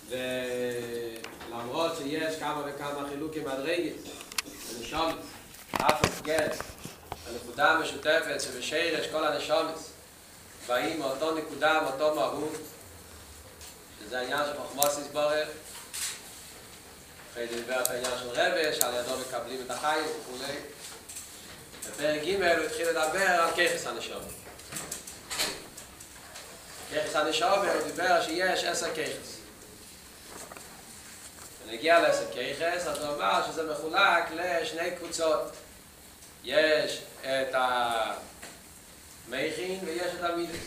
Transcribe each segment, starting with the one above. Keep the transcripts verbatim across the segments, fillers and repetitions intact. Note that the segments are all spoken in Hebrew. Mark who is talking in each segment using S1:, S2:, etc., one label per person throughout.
S1: ולמרות שיש כמה וכמה חילוקים מדרגות, הנשומות, אף כן, הנקודה המשותפת שבשרש כל הנשומות באים מאותו נקודה, מאותו מהות, שזה העניין של חוכמוס יסבורך. אחרי זה דיבר את העניין של רבי, שעל ידו מקבלים את החיים וכו'. בפרק ג' הוא התחיל לדבר על כיחס הנשומות. כיחס הנשומות הוא דיבר שיש עשר כיחס. ונגיע לעשר כיחס, אז הוא אמר שזה מחולק לשני קבוצות. יש את המכין ויש את המידס.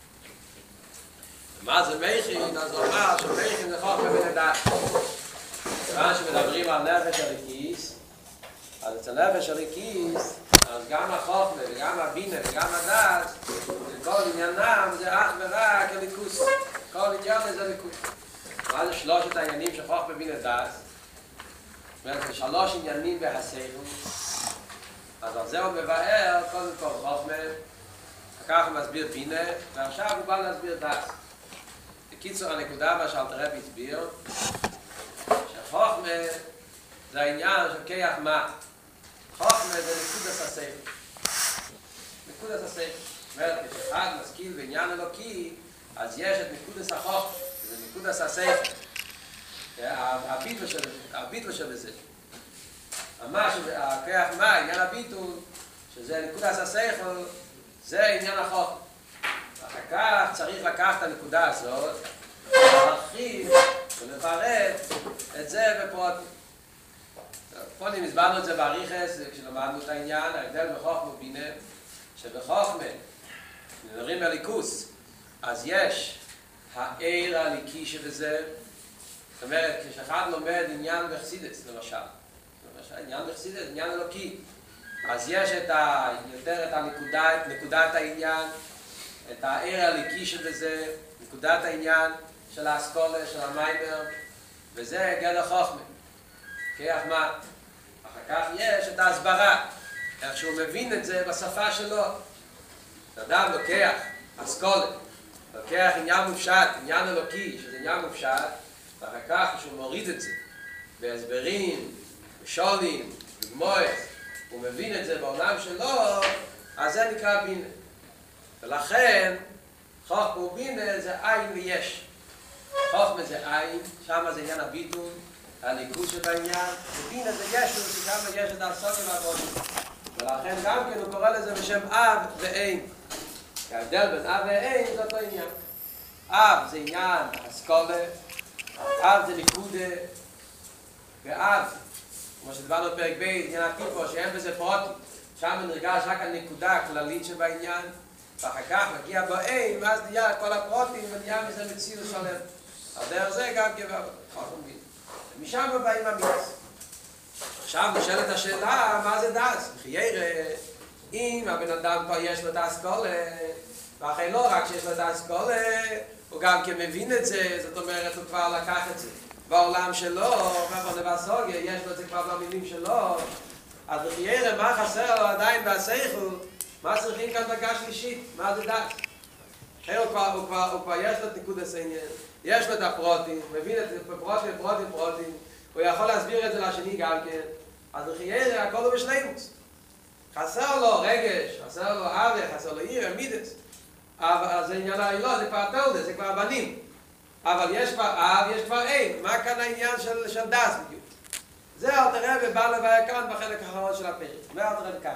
S1: ומה זה מכין? אז הוא אמר שמכין זה חוכמה בן הדעת. כיוון שמדברים על נפש הליקיס, אז אצל נפש הליקיס, אז גם החוכמה וגם הבינה וגם הדעת, כל עניינם זה אך ורק הליכוס. כל עניין זה ליכוס. מה זה שלושת העניינים של חוכמה בינה דעת? זאת אומרת, זה שלוש עניינים בהשכל. אז על זה הוא מבאר, קודם כל חוכמה, אחר כך הוא מסביר בינה, ועכשיו הוא בא להסביר דעת. בקיצור, הנקודה מה שאלתר רבי הסביר, שחוכמה זה העניין של כיח מה. חוכמה זה נקודס השכל. נקודס השכל. זאת אומרת, כשאחד משכיל בעניין אלוקי, אז יש את נקודס החוכמה, זה נקודס השכל. הביטל שבזה. הכיח מה, עניין הביטול, שזה נקודס השכל, זה עניין החוכמה. ואחר כך צריך לקחת את הנקודה הזאת, להרחיב ולפרט את זה בפרוטים. קודם הסברנו את זה באריכס, כשלמדנו את העניין, ההבדל בחוכמה ובינה, שבחוכמה, מדברים על ליכוס, אז יש העיר הליקי שבזה, זאת אומרת, כשאחד לומד עניין בחסידס, למשל, עניין בחסידס, עניין אלוקי, אז יש את ה, יותר את הנקודה, את נקודת העניין, את העיר הליקי שבזה, נקודת העניין של האסכולה, של המיימר, וזה גדר חוכמה. כיח מה? אחר כך יש את ההסברה, איך שהוא מבין את זה בשפה שלו. אדם לוקח אסכולה, לוקח עניין מופשט, עניין אלוקי, שזה עניין מופשט, ואחר כך כשהוא מוריד את זה בהסברים, בשולים, בגמורת, הוא מבין את זה בעולם שלו, אז זה נקרא בינה. ולכן, חוכמה ובינה זה עין ויש. חוכמה זה עין, שם זה עניין הביטול, הליכוז שבעניין, ובינה זה ישו, שגם יש את הסוקים והגודל. ולכן גם כן הוא קורא לזה בשם אב ואין. ההבדל בין אב ואין זה אותו עניין. אב זה עניין אסכולה, אב זה נקודה, ואב, כמו שדברנו בפרק ב', עניין הטיפו, שאין בזה פרוטים. שם נרגש רק הנקודה הכללית שבעניין, ואחר כך מגיע בו אין, ואז נהיה כל הפרוטים, ונהיה מזה מציאות שלם. על דרך זה גם כבא, חוכמה ובינה. ומשם באים המידס. עכשיו נשאלת השאלה, מה זה דס? חיירה, אם הבן אדם כבר יש לו את האסכולה, ואחרי לא רק שיש לו את האסכולה, הוא גם כמבין את זה, זאת אומרת, הוא כבר לקח את זה. בעולם שלו, ובסוגיה, יש לו את זה כבר במילים שלו, אז בחיירה, מה חסר לו עדיין בהשכל? מה צריכים כאן דרגה שלישית? מה זה דס? הוא כבר, הוא כבר, הוא כבר יש לו את נקודס העניין, יש לו את הפרוטים, מבין את זה, פרוטים, פרוטים, פרוטים, הוא יכול להסביר את זה לשני גם כן, אז בחיירה הכל הוא בשלימוס. חסר לו רגש, חסר לו אבא, חסר לו עיר, מידס. אבל זה עניין העילות, זה כבר תולדה, זה כבר בנים. אבל יש כבר אב, יש כבר אין. מה כאן העניין של, של דס בדיוק? זה אלתר רבי בא לבאר כאן בחלק האחרון של הפרק. אומר אלתר רבי ככה.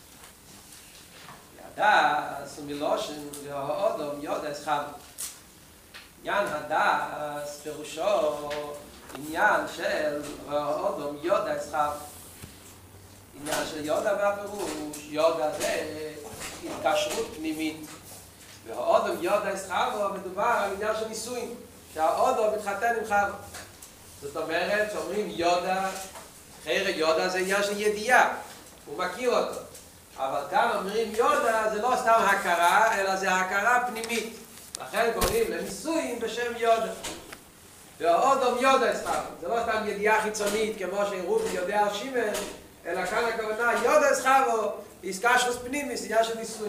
S1: הדס הוא מלושן והאודום יודס חם. עניין הדס פירושו עניין של האודום יודס חם. עניין של יודה והפירוש, יודה זה התקשרות פנימית. והאודום יודס חם מדובר על עניין של נישואים. שהאודום מתחתן עם חם. זאת אומרת שאומרים יודה, חיירה יודה זה עניין של ידיעה. הוא מכיר אותו. אבל כאן אומרים יודה זה לא סתם הכרה, אלא זה הכרה פנימית. לכן קוראים לנישואים בשם יודה. והאודום יודה אצלם. זה לא סתם ידיעה חיצונית כמו שרובי יודע על שימן, אלא כאן הכוונה יודה אצלם, עסקה של פנימית, עניין של נישואים.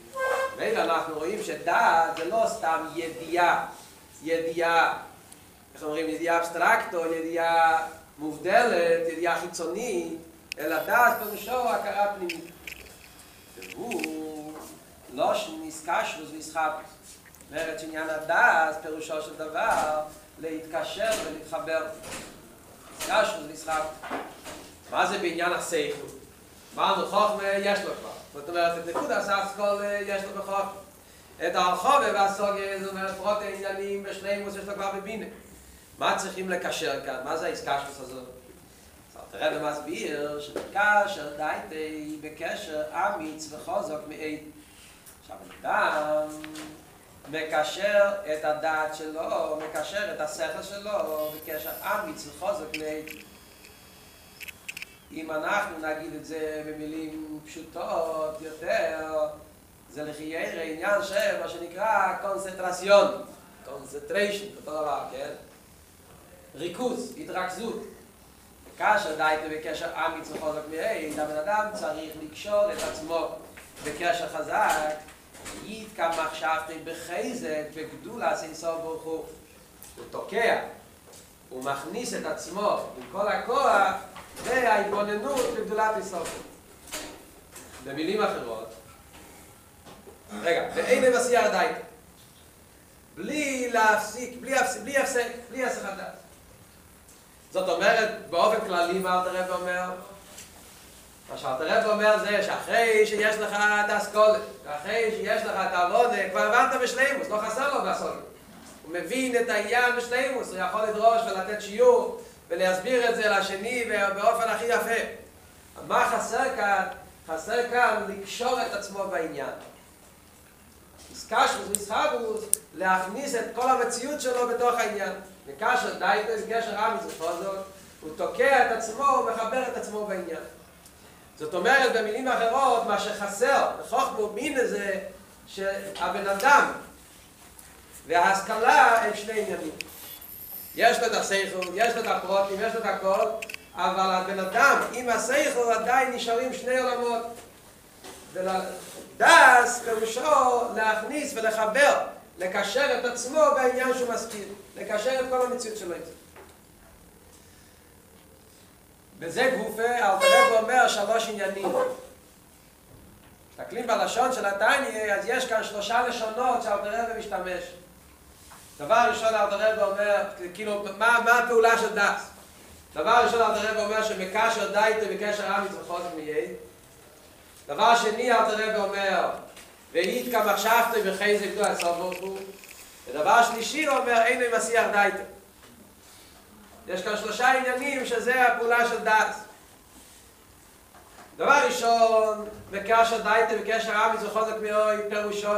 S1: ואלה אנחנו רואים שדעת זה לא סתם ידיעה, ידיעה איך אומרים, ידיעה אבסטרקטו, ידיעה מובדלת, ידיעה חיצונית, אלא דעת פירושו הכרה פנימית. והוא לא שנסקשוס ויסחפוס. זאת אומרת שעניין הדעת פירושו של דבר להתקשר ולהתחבר. נסקשוס ויסחפוס. מה זה בעניין השכל? אמרנו חוכמה יש לו כבר. זאת אומרת, את נקודה סך יש לו בחוכמה. את הרחובה והסוגיה, זאת אומרת, פרוט העניינים בשלימוס יש לו כבר בבינה. מה צריכים לקשר כאן? מה זה ההסקשוס הזאת? אז הרב מסביר שקשר דייטי בקשר אמיץ וחוזק מעיד. עכשיו, אדם מקשר את הדעת שלו, מקשר את השכל שלו בקשר אמיץ וחוזק מעיד. אם אנחנו נגיד את זה במילים פשוטות יותר, זה לחיירה עניין של מה שנקרא קונסנטרציון, קונסנטריישן, אותו דבר, כן? ריכוז, התרכזות. כאשר דייטה בקשר אמיץ וחוזק מעיד, הבן אדם צריך לקשור את עצמו בקשר חזק, יתקע מחשבתי בחזק, בגדולה סנסור ברוך הוא. הוא תוקע, הוא מכניס את עצמו עם כל הכוח, וההתבוננות בגדולת אינסוף. במילים אחרות, רגע, ואין לבסייר דייטה. בלי להפסיק, בלי הפסק, בלי הפסק, בלי הסחת דעת. זאת אומרת, באופן כללי מה אלתר רבי אומר? מה שאלתר רבי אומר זה שאחרי שיש לך את האסכולה, ואחרי שיש לך את העבודה, כבר הבנת בשלימוס, לא חסר לו באסכולה. הוא מבין את העניין בשלימוס, הוא יכול לדרוש ולתת שיעור ולהסביר את זה לשני באופן הכי יפה. מה חסר כאן? חסר כאן לקשור את עצמו בעניין. איסקשוס ויסחבוס, להכניס את כל המציאות שלו בתוך העניין. וקשר דייטה, קשר אמיץ וחוזק, הוא תוקע את עצמו ומחבר את עצמו בעניין. זאת אומרת, במילים אחרות, מה שחסר, בחוכמה ובינה זה שהבן אדם וההשכלה הם שני עניינים. יש לו את השכל, יש לו את הפרוטים, יש לו את הכל, אבל הבן אדם עם השכל עדיין נשארים שני עולמות. דאס פירושו להכניס ולחבר, לקשר את עצמו בעניין שהוא מזכיר, לקשר את כל המציאות שלו. בזה גופה, אלתר רבי אומר שלוש עניינים. תסתכלים בלשון של התניא, אז יש כאן שלושה לשונות שאלתר רבי משתמש. דבר ראשון אלתר רבי אומר, כאילו, מה, מה הפעולה של דאס? דבר ראשון אלתר רבי אומר שמקשר דייטה בקשר אמיץ וחוזק מעיד. דבר שני אלתר רבי אומר, ויתקע מחשבתי בחזק גדולה סוף ברוך הוא. ודבר שלישי הוא אומר, אין לי מסיח דייטה. יש כאן שלושה עניינים שזה הפעולה של דאס. דבר ראשון, מקשר דייטה בקשר אמיץ וחוזק מעיד, פירושו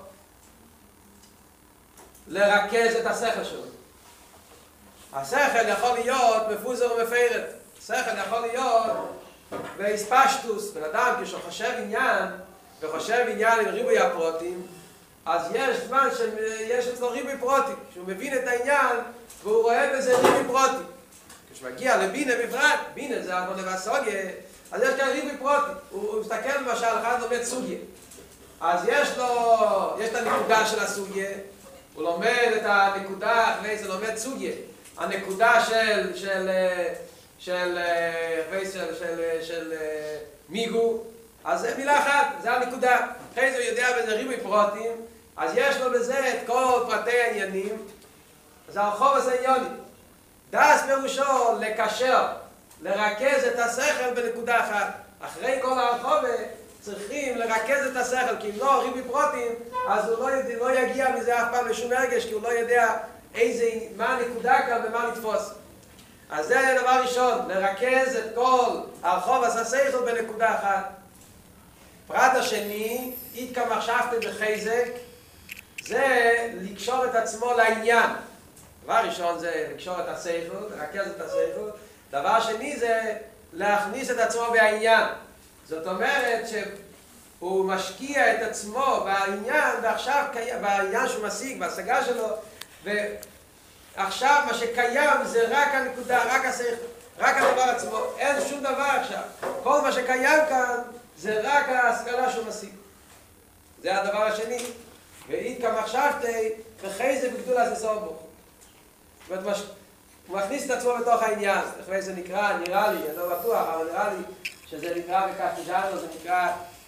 S1: לרכז את השכל שלו. השכל יכול להיות מפוזר ומפרד. השכל יכול להיות באספשטוס. בן אדם כשחושב עניין, וחושב עניין עם ריבוי הפרוטים, אז יש זמן שיש אצלו ריבוי פרוטים. כשהוא מבין את העניין, והוא רואה בזה ריבוי פרוטים. כשמגיע לבינה בפרט, בינה זה עבודה והסוגיה, אז יש כאן ריבוי פרוטים. הוא, הוא מסתכל למשל, אחד לומד סוגיה. אז יש לו, יש את הנקודה של הסוגיה, הוא לומד את הנקודה, אחרי זה לומד סוגיה. הנקודה של, של, של, של, של, של, של מיגו, אז זה מילה אחת, זה הנקודה. אחרי זה הוא יודע בזה ריבוי פרוטים, אז יש לו בזה את כל פרטי העניינים, אז הרחוב הזה עניוני. דאס פירושו לקשר, לרכז את השכל בנקודה אחת. אחרי כל הרחוב צריכים לרכז את השכל, כי אם לא ריבוי פרוטים, אז הוא לא, יד... לא יגיע מזה אף פעם לשום הרגש, כי הוא לא יודע איזה, מה הנקודה כאן ומה לתפוס. אז זה דבר ראשון, לרכז את כל הרחוב השכל בנקודה אחת. פרט השני, יתקע מחשבתי בחזק, זה לקשור את עצמו לעניין. דבר ראשון זה לקשור את השכל, לרכז את השכל. דבר שני זה להכניס את עצמו בעניין. זאת אומרת שהוא משקיע את עצמו בעניין, ועכשיו בעניין שהוא משיג, בהשגה שלו, ועכשיו מה שקיים זה רק הנקודה, רק השכל, רק הדבר עצמו, אין שום דבר עכשיו. כל מה שקיים כאן זה רק ההשכלה שהוא משיג. זה הדבר השני. ויתקע מחשבתי בחזק בגדולה סוף ברוך הוא. זאת אומרת, הוא מכניס את עצמו בתוך העניין, איך זה נקרא, נראה לי, אני לא בטוח, אבל נראה לי שזה נקרא בקסטיג'אנו, זה נקרא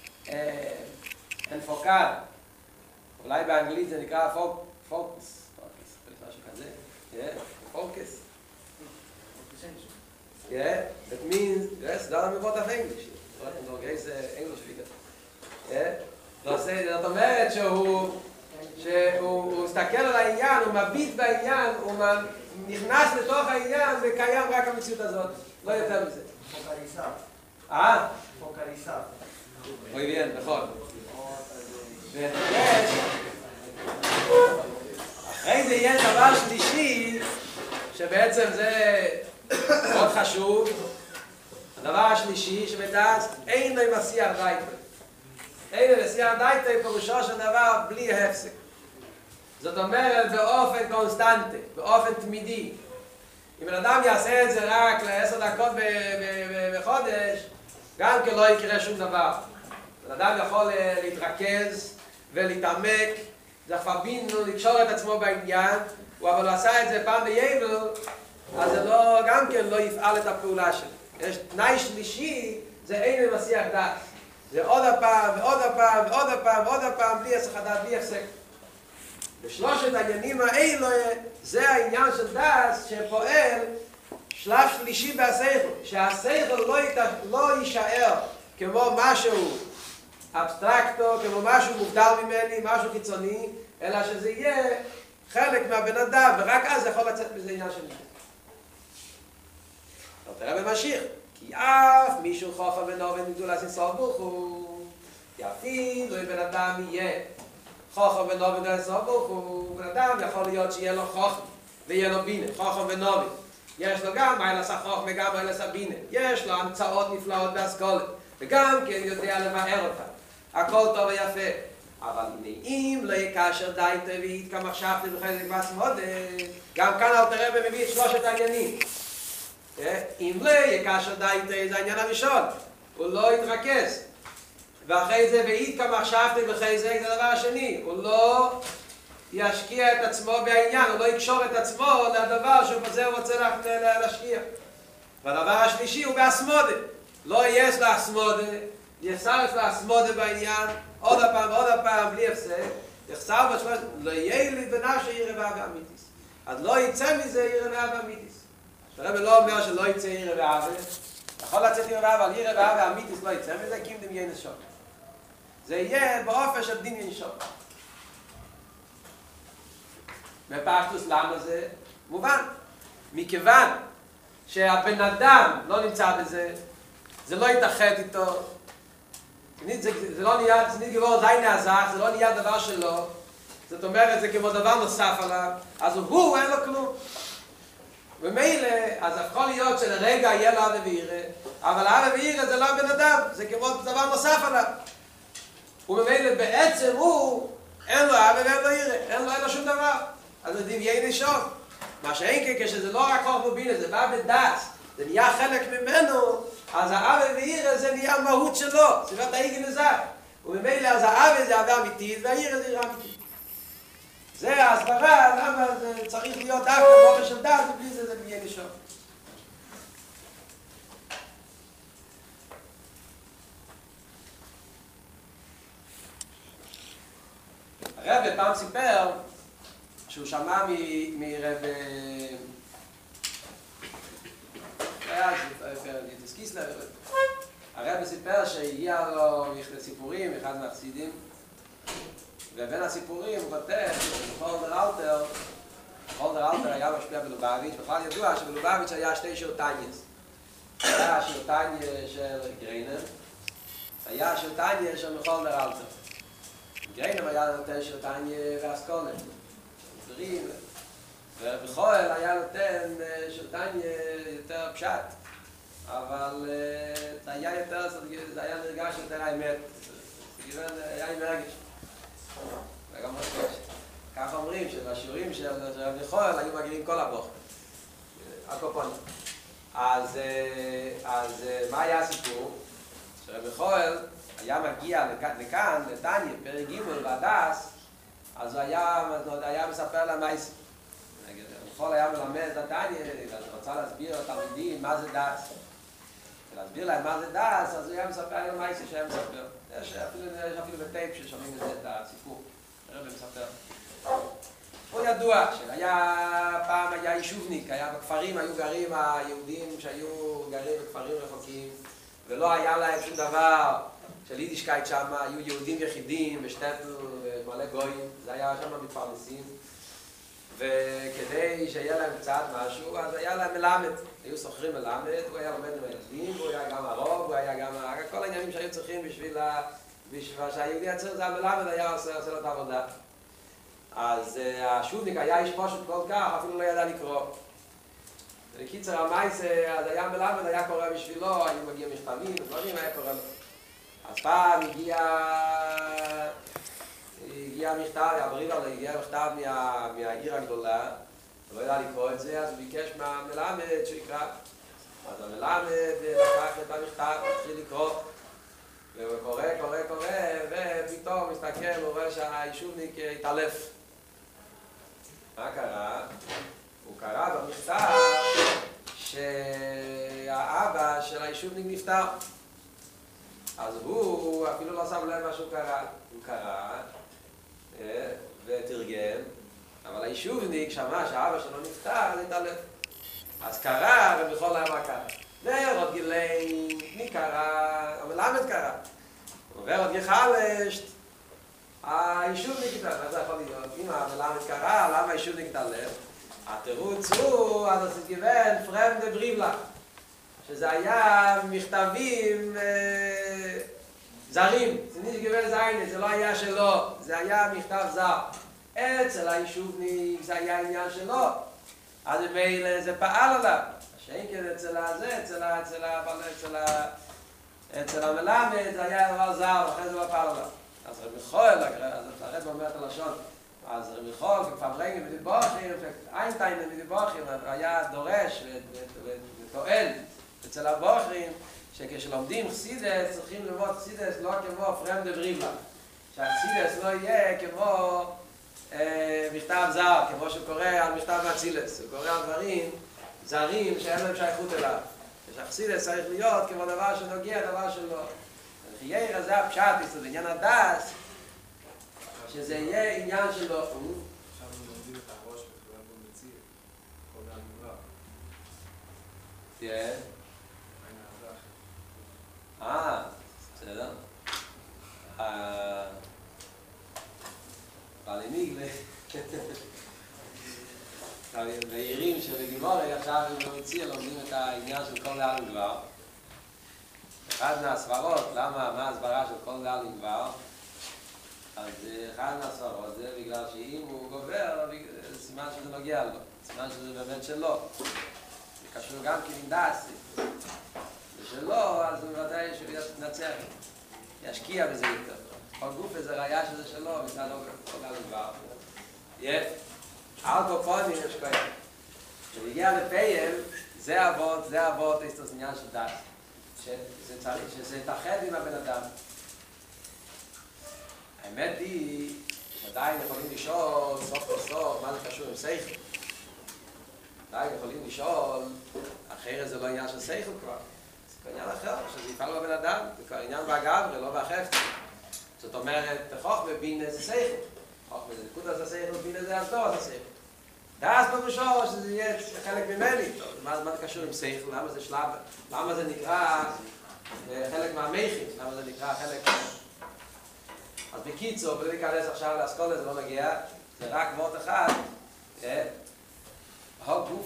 S1: אנפוקד. אולי באנגלית זה נקרא פוקוס, פוקוס, משהו כזה, פוקוס. Yeah, that means, yes, that I'm about of English. No, guys, English speaker. Yeah. זאת אומרת שהוא שהוא מסתכל על העניין, הוא מביט בעניין, הוא נכנס לתוך העניין וקיים רק המציאות הזאת, לא יותר מזה.
S2: פוקליסה.
S1: אה?
S2: פוקליסה.
S1: אוי bien, נכון. אחרי זה יהיה דבר שלישי, שבעצם זה מאוד חשוב. הדבר השלישי שבדעת, אין לו מסיח דייטה. אין לו מסיח דייטה פירושו של דבר בלי הפסק. זאת אומרת באופן קונסטנטי, באופן תמידי. אם בן אדם יעשה את זה רק לעשר דקות בחודש, גם כן לא יקרה שום דבר. בן אדם יכול להתרכז ולהתעמק, להכווין, לקשור את עצמו בעניין, אבל הוא עשה את זה פעם בייבל, אז זה לא, גם כן לא יפעל את הפעולה שלו. יש תנאי שלישי, זה אין למסיח דעת. זה עוד הפעם, ועוד הפעם, ועוד הפעם, ועוד הפעם, בלי הסח הדעת, בלי הפסק. בשלושת העניינים האלה, זה העניין של דעת שפועל שלב שלישי בהשכל. שהשכל לא, ית... לא יישאר כמו משהו אבסטרקטו, כמו משהו מובדל ממני, משהו חיצוני, אלא שזה יהיה חלק מהבן אדם, ורק אז יכול לצאת מזה עניין של מישהו. לא תראה במשיך, כי אף מישהו חוכם ונובן מגדולה סנסור בוכו, כי אפילו אם בן אדם יהיה חוכם ונובן מגדולה סנסור בוכו, בן אדם יכול להיות שיהיה לו חוכם ויהיה לו בינה, חוכם ונובן. יש לו גם מיילס החוכם וגם מיילס הבינה. יש לו המצאות נפלאות באסכולת, וגם כן יודע לבאר אותה. הכל טוב ויפה. אבל אם לא יקשר דייטה ואית כמחשבתי בחלק בסמודה, גם כאן אל תראה במביא את שלושת העניינים. אם לא יקשר דייטה זה העניין הראשון, הוא לא יתרכז. ואחרי זה ואית כמחשבתי בחלק זה הדבר השני, הוא לא ישקיע את עצמו בעניין, הוא לא יקשור את עצמו לדבר שהוא בזה הוא רוצה להשקיע. והדבר השלישי הוא בהסמודה. לא יש לה הסמודה, יחסר לה הסמודה בעניין, עוד הפעם ועוד הפעם בלי הפסק, יחסר בשמונה, לא יהיה לי בנפש יראה ואמיתיס. אז לא יצא מזה יראה ואמיתיס. הרב לא אומר שלא יצא יראה ואמיתיס, יכול לצאת יראה אבל יראה ואמיתיס לא יצא מזה, כי אם דמיין נשום. זה יהיה באופן של דמיין נשום. בפשטוס למה זה? מובן. מכיוון שהבן אדם לא נמצא בזה, זה לא יתאחד איתו, זה, זה לא נהיה, זה נהיה גבור די נעזח, זה לא נהיה דבר שלו, זאת אומרת, זה כמו דבר נוסף עליו, אז הוא, אין לו כלום. ומילא, אז יכול להיות שלרגע יהיה לו אבא וירא, אבל אבא וירא זה לא בן אדם, זה כמו דבר נוסף עליו. וממילא בעצם הוא, אין לו אבא ואין לו ירא, אין לו, אין לו שום דבר. אז זה דמיין נשום. מה שאין כן, כשזה לא רק חוכמה ובינה, זה בא בדעת, זה נהיה חלק ממנו, אז האבא וירא זה נהיה מהות שלו, סביבת העיגל נזר. וממילא אז האבא זה אהבה אמיתית, והירא זה יראה אמיתית. זה ההסברה, למה זה צריך להיות דווקא באופן של דעת, ובלי זה זה דמיין נשום. הרב פעם סיפר שהוא שמע מרב יתוס קיסלר, הרב סיפר שהגיע לו סיפורים, אחד מהחסידים, ובין הסיפורים הוא כותב שחולדר אלתר, חולדר אלתר היה משפיע בלובביץ', בכלל ידוע שבלובביץ' היה שתי שירותניאס. היה שירותניה של גריינר, היה שירותניה של חולדר אלתר. גריינר היה נותן שירותניה ואסכולת. ובכל היה נותן שירותניה יותר פשט, אבל זה היה יותר, זה היה נרגש יותר האמת, היה עם הרגש. וגם מרגש. כך אומרים שבשיעורים של רב נחול היו מגיעים כל הבוקר, הקופונים. אז מה היה הסיפור? שרב נחול היה מגיע לכאן, לטניה, פרק ג' והדס, אז הוא היה, היה מספר לה מייס. יכול היה מלמד את התניא, אז רצה להסביר לתלמידים מה זה דעת. ולהסביר להם מה זה דעת, אז הוא היה מספר על המעשה שהיה מספר. יש אפילו, יש אפילו בטייפ ששומעים את זה, את הסיפור. הרב מספר. הוא ידוע שהיה, פעם היה יישובניק, היה בכפרים, היו גרים היהודים שהיו גרים בכפרים רחוקים, ולא היה להם שום דבר של יידישקייט שם, היו יהודים יחידים בשטטל, מלא גויים, זה היה שם מתפרנסים. וכדי שיהיה להם קצת משהו, אז היה להם מלמד. היו שוכרים מלמד, הוא היה לומד עם הילדים, הוא היה גם הרוב, הוא היה גם כל העניינים שהיו צריכים בשביל, בשביל שהיהודי יצר זה המלמד היה עושה, עושה לו את העבודה. אז השובניק היה איש פשוט כל כך, אפילו לא ידע לקרוא. בקיצר המייסה, אז היה מלמד, היה קורא בשבילו, היו מגיעים מכתבים, דברים, היה קורא לו. אז פעם הגיע... הגיע מכתב, הבריבה הגיע מכתב מה, מהעיר הגדולה, הוא לא ידע לקרוא את זה, אז הוא ביקש מהמלמד שיקרא. אז המלמד לקח את המכתב, התחיל לקרוא, והוא קורא, קורא, קורא, ופתאום מסתכל, הוא רואה שהיישובניק התעלף. מה קרה? הוא קרא במכתב שהאבא של היישובניק נפטר. אז הוא אפילו לא שם לב מה שהוא קרא. הוא קרא ותרגם, אבל היישובניק שמע שהאבא שלו נפטר, אז התעלף. אז קרא, ובכל למה קרא. ועוד גילי, מי קרא? המלמד קרא. ועוד גחלשת, היישובניק התעלף. מה זה יכול להיות? אם המלמד קרא, למה היישובניק התעלף? התירוץ הוא, אז זה גיוון פרמדה בריבלה. שזה היה מכתבים אה, זרים, זה ניש גבל זיינה, זה לא היה שלו, זה היה מכתב זר. אצל היישובניק זה היה עניין שלו, אז במילא זה פעל עליו. השאין כן אצל הזה, אצל, אצל, אצל, אצל המלמד זה היה דבר זר, ואחרי זה לא פעל עליו. אז רבי חול, אז הרב אומר את הלשון, אז רבי חול, כפברנגים ודיבוכים, איינטיינם ודיבוכים, היה דורש וטוען אצל הבוחרים, שכשלומדים חסידס, צריכים ללמוד חסידס לא כמו פרמדה בריבלה. שהחסידס לא יהיה כמו אה, מכתב זר, כמו שקורא על מכתב מאצילס. הוא קורא על דברים זרים שאין להם שייכות אליו. שהחסידס צריך להיות כמו דבר שנוגע, דבר שלא. חייר זה הפשט, זה בעניין הדס, שזה יהיה עניין שלו. עכשיו
S2: אנחנו לומדים את הראש וכולם בו מציר, כל דעת מובלע.
S1: תהיה. אה, בסדר. אבל מיגלה, בעירים שבגימורי עכשיו הם מציע לומדים את העניין של כל דעת מובלע. אחד מהסברות, למה, מה הסברה של כל דעת מובלע? אז אחד מהסברות זה בגלל שאם הוא גובר, זה סימן שזה נוגע לו, סימן שזה באמת שלו. זה קשור גם עם דסי. ושלו, אז הוא ודאי שהוא יתנצח, ישקיע בזה יותר. כל גוף איזה ראייה שזה שלו, מצד לא כל דבר. יהיה, על קופונים יש כאלה. כשהגיע לפייל, זה אבות, זה אבות, יש את עניין של דס. שזה צריך, שזה יתאחד עם הבן אדם. האמת היא, עדיין יכולים לשאול, סוף בסוף, מה זה קשור עם שכל? עדיין יכולים לשאול, אחרי זה לא עניין של שכל כבר. זה עניין אחר, שזה יפעל בבן אדם, זה כבר עניין בהגברה, לא בהחפץ. זאת אומרת, חוכמה בינה זה שכל. חוכמה זה נקודה זה שכל, בינה זה הסדור זה שכל. דאס במשור שזה יהיה חלק ממני. מה זה קשור עם שכל? למה זה שלב? למה זה נקרא חלק מהמייכים? למה זה נקרא חלק... אז בקיצור, בלי להיכנס עכשיו לאסכולה, זה לא מגיע, זה רק וורט אחד, הגוף.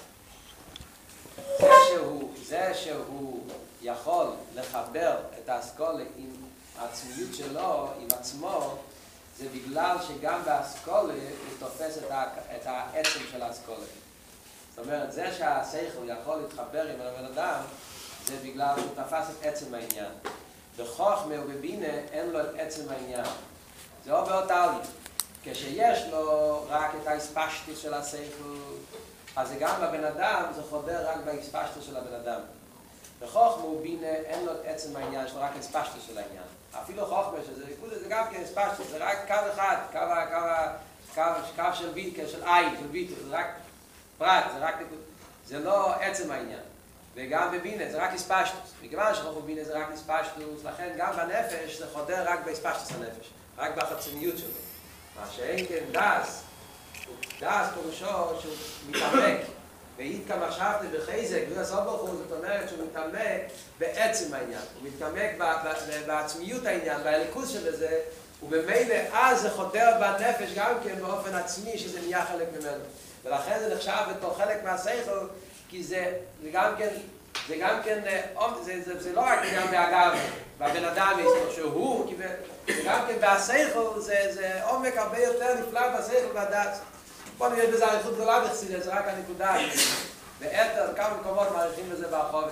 S1: זה שהוא, זה שהוא יכול לחבר את האסכולה עם העצמיות שלו, עם עצמו, זה בגלל שגם באסכולה הוא תופס את העצם של האסכולה. זאת אומרת, זה שהשכל יכול להתחבר עם הבן אדם, זה בגלל שהוא תפס את עצם העניין. בחוכמה ובבינה אין לו את עצם העניין. זה או באותה לי. כשיש לו רק את ההספשטות של השכל, אז זה גם בבן אדם, זה חודר רק בהספשטות של הבן אדם. בחוכמה ובינה אין לו את עצם העניין, יש לו רק הספשטות של העניין. אפילו חוכמה, שזה זה גם כן הספשטות, זה רק קו אחד, קו, קו, קו, קו של ביט, של עין, של ביט, זה רק פרט, זה רק נקודה. זה לא עצם העניין. וגם בבינה, זה רק הספשטוס. מכיוון שרוב בבינה זה רק הספשטוס, לכן גם בנפש זה חודר רק בהספשטוס הנפש. רק בחצוניות שלו. מה שאין כן דס, דס פירושו שהוא מתעמק. ואיתקה מחשבתי בחזק, גביר ברוך הוא, זאת אומרת שהוא מתעמק בעצם העניין. הוא מתעמק בעצמיות העניין, באליקוס של זה, ובמילא אז זה חודר בנפש גם כן באופן עצמי שזה נהיה חלק ממנו. ולכן זה נחשב בתור חלק מהשכל, כי זה, זה גם כן, זה גם כן, זה, זה, זה לא רק עניין באגב, בבן אדם יש לו שהוא, כי זה גם כן בהשכל, זה, זה עומק הרבה יותר נפלא בשכל והדעת. פה נראה בזה עריכות גדולה בחסידות, זה רק הנקודה. באתר, כמה מקומות מעריכים בזה ברחובות.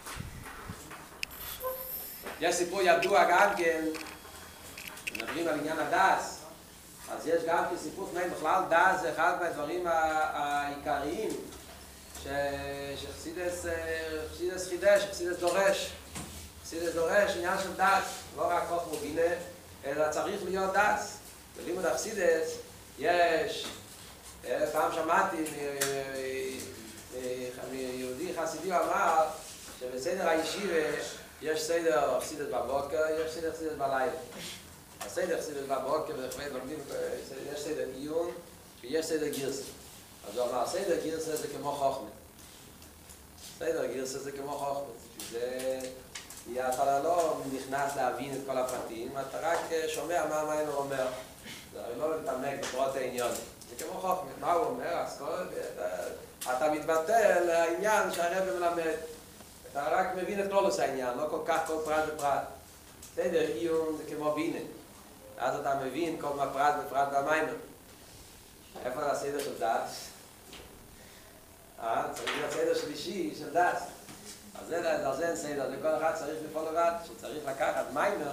S1: יש סיפור ידוע גם כן, מדברים על עניין הדס, אז יש גם כן סיפור פני בכלל דס, זה אחד מהדברים העיקריים שחסידס חידש, חסידס דורש. חסידס דורש עניין של דס, לא רק חוכמה ובינה, אלא צריך להיות דס. בלימוד החסידס יש, פעם שמעתי מיהודי חסידי אמר שבסדר הישיבה יש סדר חסידס בבוקר, יש סדר חסידס בלילה. הסדר חסידס בבוקר וכבד לומדים, יש סדר עיון ויש סדר גירסה. אז הוא אמר, סדר גירסה זה כמו חוכמה. סדר גירסה זה כמו חוכמה. זה, אתה לא נכנס להבין את כל הפרטים, אתה רק שומע מה המיימר אומר. זה הרי לא מתעמק בפרוט העניין. זה כמו חוכמה. מה הוא אומר? אז כל... אתה מתבטא לעניין שהרב מלמד. אתה רק מבין את כל העניין, לא כל כך כל פרט ופרט. סדר עיון זה כמו בינה. אז אתה מבין כל מה פרט ופרט במיימר. איפה זה הסדר של דס? אה? צריך להיות סדר שלישי של דס. אז זה אין סדר, זה כל אחד צריך לפעול לבד, שצריך לקחת מיימר,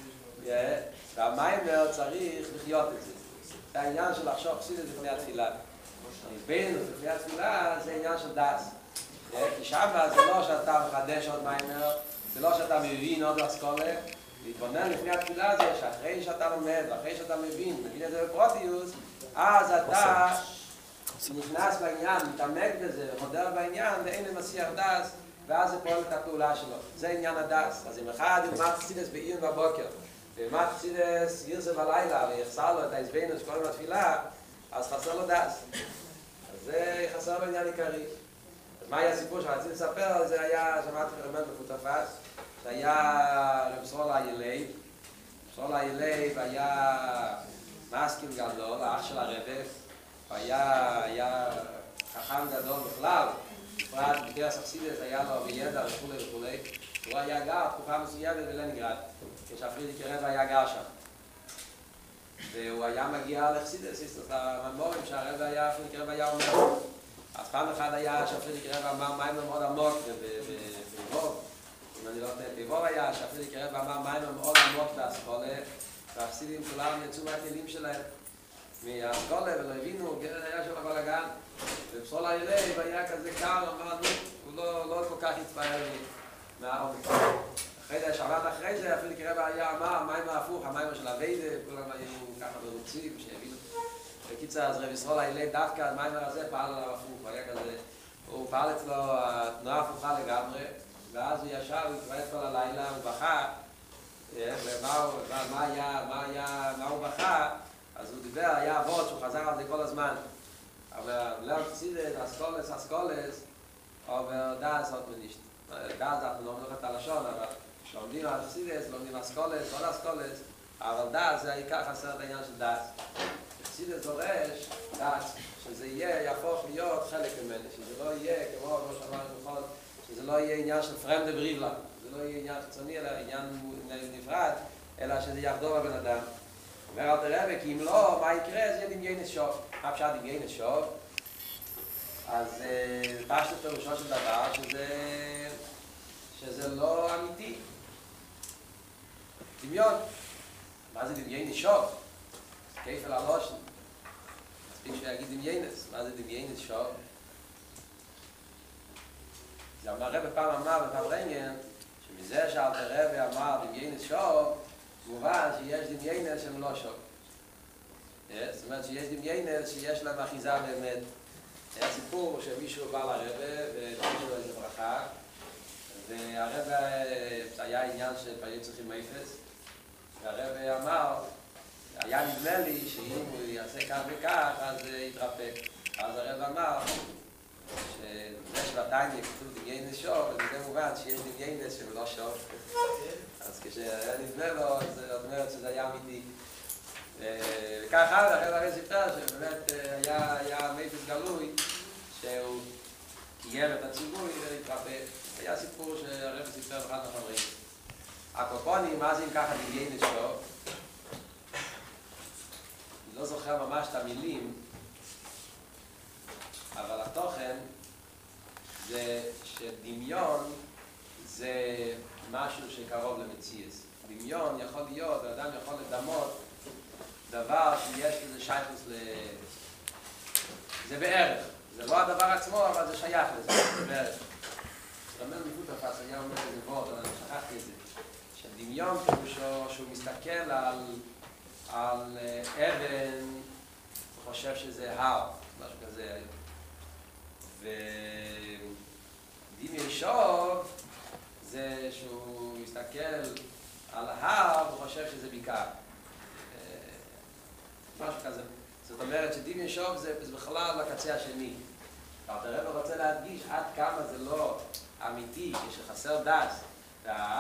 S1: והמיימר צריך לחיות את זה. זה העניין של לחשוב חסידות לפני התפילה. בין לפני התפילה זה עניין של דס. כי שמה זה לא שאתה מחדש עוד מיימר, זה לא שאתה מבין עוד אסכולה, להתבונן לפני התפילה זה שאחרי שאתה לומד, ואחרי שאתה מבין, מבין את זה בפרוטיוס, אז אתה נכנס בעניין, מתעמק בזה, וחודר בעניין, ואין למסיח דס, ואז זה פועל את הפעולה שלו. זה עניין הדס. אז אם אחד ילמד חסידס בעיון בבוקר, וילמד חסידס גירסה בלילה, ויחסר לו את העזבנו שקוראים לתפילה, אז חסר לו דס. אז זה חסר לו עניין עיקרי. אז מה היה הסיפור שרציתי לספר? זה היה, שמעתי פרמנט בפוטפס, שהיה רב סרולה ילייב. סרולה ילייב היה מסכים גדול, האח של הרבב, היה חכם גדול בכלל, בפרט בקרס אכסידס היה לו בידע וכו' וכו'. הוא היה גר תקופה מסוימת בלנינגרד, כשהפרידיק רב היה גר שם. והוא היה מגיע לאכסידס, את הממורים שהרב היה, הפרידיק רב היה אומר. אז פעם אחד היה שהפרידיק רב אמר מיימר מאוד עמוק בבוב. אם אני לא יודע, בבוב היה שהפרידיק רב אמר מיימר מאוד עמוק באסכולה, והאכסידים כולם יצאו מהכלים שלהם. מהאסכולה ולא הבינו, היה שם בלגן. ובסול הילב היה כזה קר, אמרנו, הוא לא כל כך התפעל מהעומק. אחרי זה, שבת אחרי זה, אפילו כרבא היה אמר, מיימר הפוך, המיימר של הווידה, כולם היו ככה מרוצים, שהבינו. בקיצר, אז רב ישראל הילב דווקא, המיימר הזה פעל עליו הפוך, הוא היה כזה, הוא פעל אצלו התנועה הפוכה לגמרי, ואז הוא ישב, הוא התוועד כל הלילה, הוא בכה, מה היה, מה היה, מה הוא בכה, אז הוא דיבר, היה אבות שהוא חזר על זה כל הזמן. אבל לא חסידת, אסכולס, אסכולס, אבל דאס עוד מנישט. דאס אנחנו לא אומרים את הלשון, אבל לומדים על חסידת, לומדים אסכולס, עוד אסכולס, אבל דאס זה העיקר חסר את העניין של דאס. חסידת דורש, דאס, שזה יהיה, יהפוך להיות חלק ממנו, שזה לא יהיה, כמו כמו שאמרנו בכל, שזה לא יהיה עניין של פרמדה בריבלה, זה לא יהיה עניין חיצוני, אלא עניין נפרד, אלא שזה יחדור בבן אדם. אומר אל תראה, כי אם לא, מה יקרה? זה יהיה דמיינס שוב. מה פשט דמיינס שוב? אז פשט פירושו של דבר שזה, שזה לא אמיתי. דמיון. מה זה דמיינס שוב? כיפל הלושן. מספיק שיגיד דמיינס. מה זה דמיינס שוב? זה אמר רב פעם אמר בפעם רנגן, שמזה שאל תראה ואמר דמיינס שוב, מובן שיש דמיינס שהם לא שוב. זאת אומרת שיש דמיינס שיש להם אחיזה באמת היה סיפור שמישהו בא לרבא ותגיד לו איזה ברכה, והרבא, היה עניין שפעמים צריכים אפס, והרבא אמר, היה נדמה לי שאם הוא יעשה כך וכך, אז יתרפא. אז הרבא אמר, שזה שבתניא כתוב דמיינס שוב, אז זה מובן שיש דמיינס ולא שוב. אז כשהיה נדמה לו, זאת אומרת שזה היה אמיתי. וככה הרבא הרי סיפר שבאמת היה מפס גלוי, שהוא קיים את הציווי והתרפא. היה סיפור שהרבא סיפר באחד מהחברים. הקופונים, מה זה אם ככה דמיינס שוב? אני לא זוכר ממש את המילים, אבל התוכן זה שדמיון זה משהו שקרוב למציאות. דמיון יכול להיות, האדם יכול לדמות דבר שיש לזה שייכות ל... זה בערך. זה לא הדבר עצמו, אבל זה שייך לזה, זה בערך. רמל מפוטרפס היה אומר איזה וורט, אבל אני שכחתי את זה. שדמיון פירושו שהוא מסתכל על, על אבן, הוא חושב שזה הר, משהו כזה. ודימי שוב זה שהוא מסתכל על ההר והוא חושב שזה בקעה. משהו כזה. זאת אומרת שדימי שוב זה בכלל לקצה השני. אבל הרב רוצה להדגיש עד כמה זה לא אמיתי, כשחסר דס.